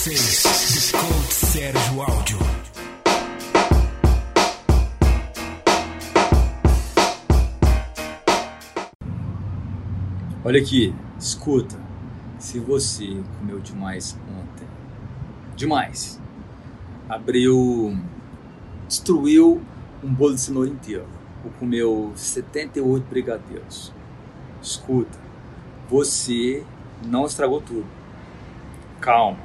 vocês do Coach Sérgio Áudio. Olha aqui, escuta. Se você comeu demais ontem, demais, destruiu um bolo de cenoura inteiro, ou comeu 78 brigadeiros, escuta, você não estragou tudo. Calma.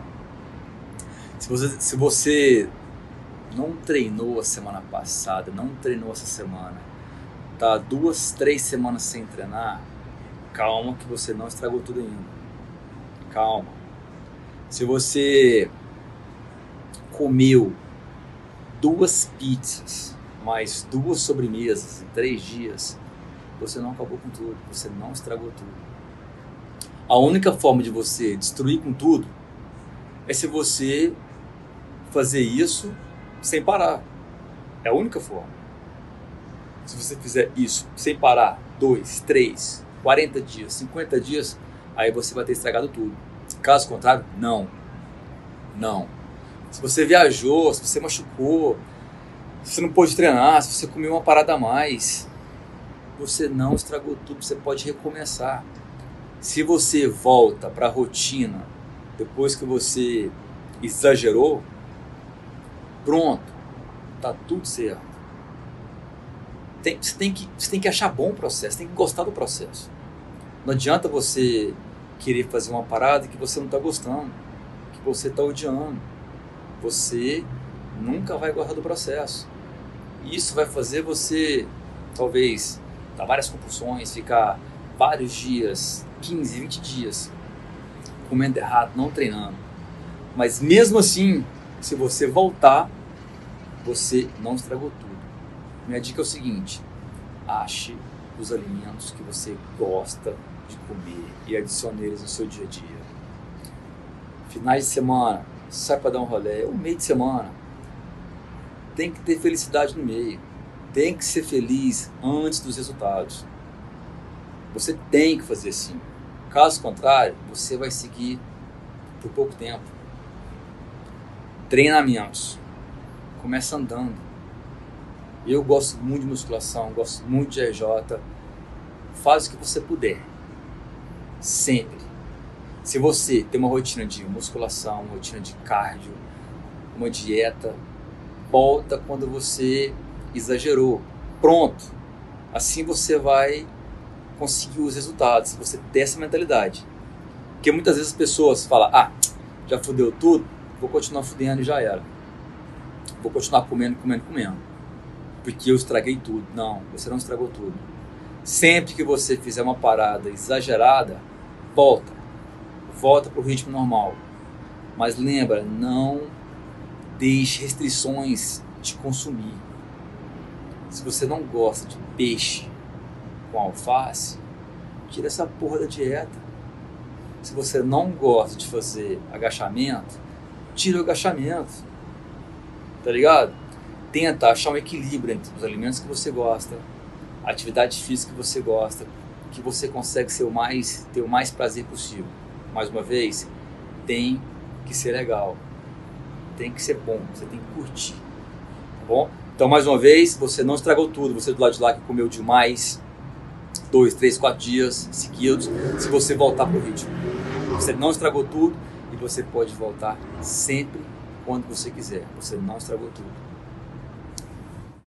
Se você não treinou a semana passada, não treinou essa semana, tá 2, 3 semanas sem treinar, calma que você não estragou tudo ainda. Calma. Se você comeu 2 pizzas, mais 2 sobremesas em 3 dias, você não acabou com tudo, você não estragou tudo. A única forma de você destruir com tudo é se você fazer isso sem parar. É a única forma. Se você fizer isso sem parar 2, 3, 40 dias, 50 dias, aí você vai ter estragado tudo. Caso contrário, não. Se você viajou, se você machucou, se você não pôde treinar, se você comeu uma parada a mais, você não estragou tudo, você pode recomeçar. Se você volta para a rotina depois que você exagerou, pronto, tá tudo certo. Você tem que achar bom o processo, tem que gostar do processo. Não adianta você querer fazer uma parada que você não está gostando, que você está odiando. Você nunca vai gostar do processo. Isso vai fazer você, talvez, dar várias compulsões, ficar vários dias, 15, 20 dias, comendo errado, não treinando. Mas mesmo assim, se você voltar, você não estragou tudo. Minha dica é o seguinte: ache os alimentos que você gosta de comer e adicione eles no seu dia a dia. Finais de semana, sai para dar um rolê, ou meio de semana, tem que ter felicidade no meio. Tem que ser feliz antes dos resultados. Você tem que fazer assim. Caso contrário, você vai seguir por pouco tempo. Treinamentos. Começa andando. Eu gosto muito de musculação, gosto muito de RJ. Faz o que você puder. Sempre. Se você tem uma rotina de musculação, uma rotina de cardio, uma dieta, volta quando você exagerou. Pronto. Assim você vai conseguir os resultados, se você ter essa mentalidade. Porque muitas vezes as pessoas falam: já fudeu tudo, vou continuar fudendo e já era. Vou continuar comendo, porque eu estraguei tudo. Não, você não estragou tudo. Sempre que você fizer uma parada exagerada, volta para o ritmo normal. Mas lembra, não deixe restrições te consumir. Se você não gosta de peixe com alface, tira essa porra da dieta. Se você não gosta de fazer agachamento, tira o agachamento. Tá ligado? Tenta achar um equilíbrio entre os alimentos que você gosta, a atividade física que você gosta, que você consegue ter o mais prazer possível. Mais uma vez, tem que ser legal, tem que ser bom, você tem que curtir, tá bom? Então, mais uma vez, você não estragou tudo, você do lado de lá que comeu demais, 2, 3, 4 dias seguidos, se você voltar pro ritmo. Você não estragou tudo e você pode voltar sempre quando você quiser, você não estragou tudo.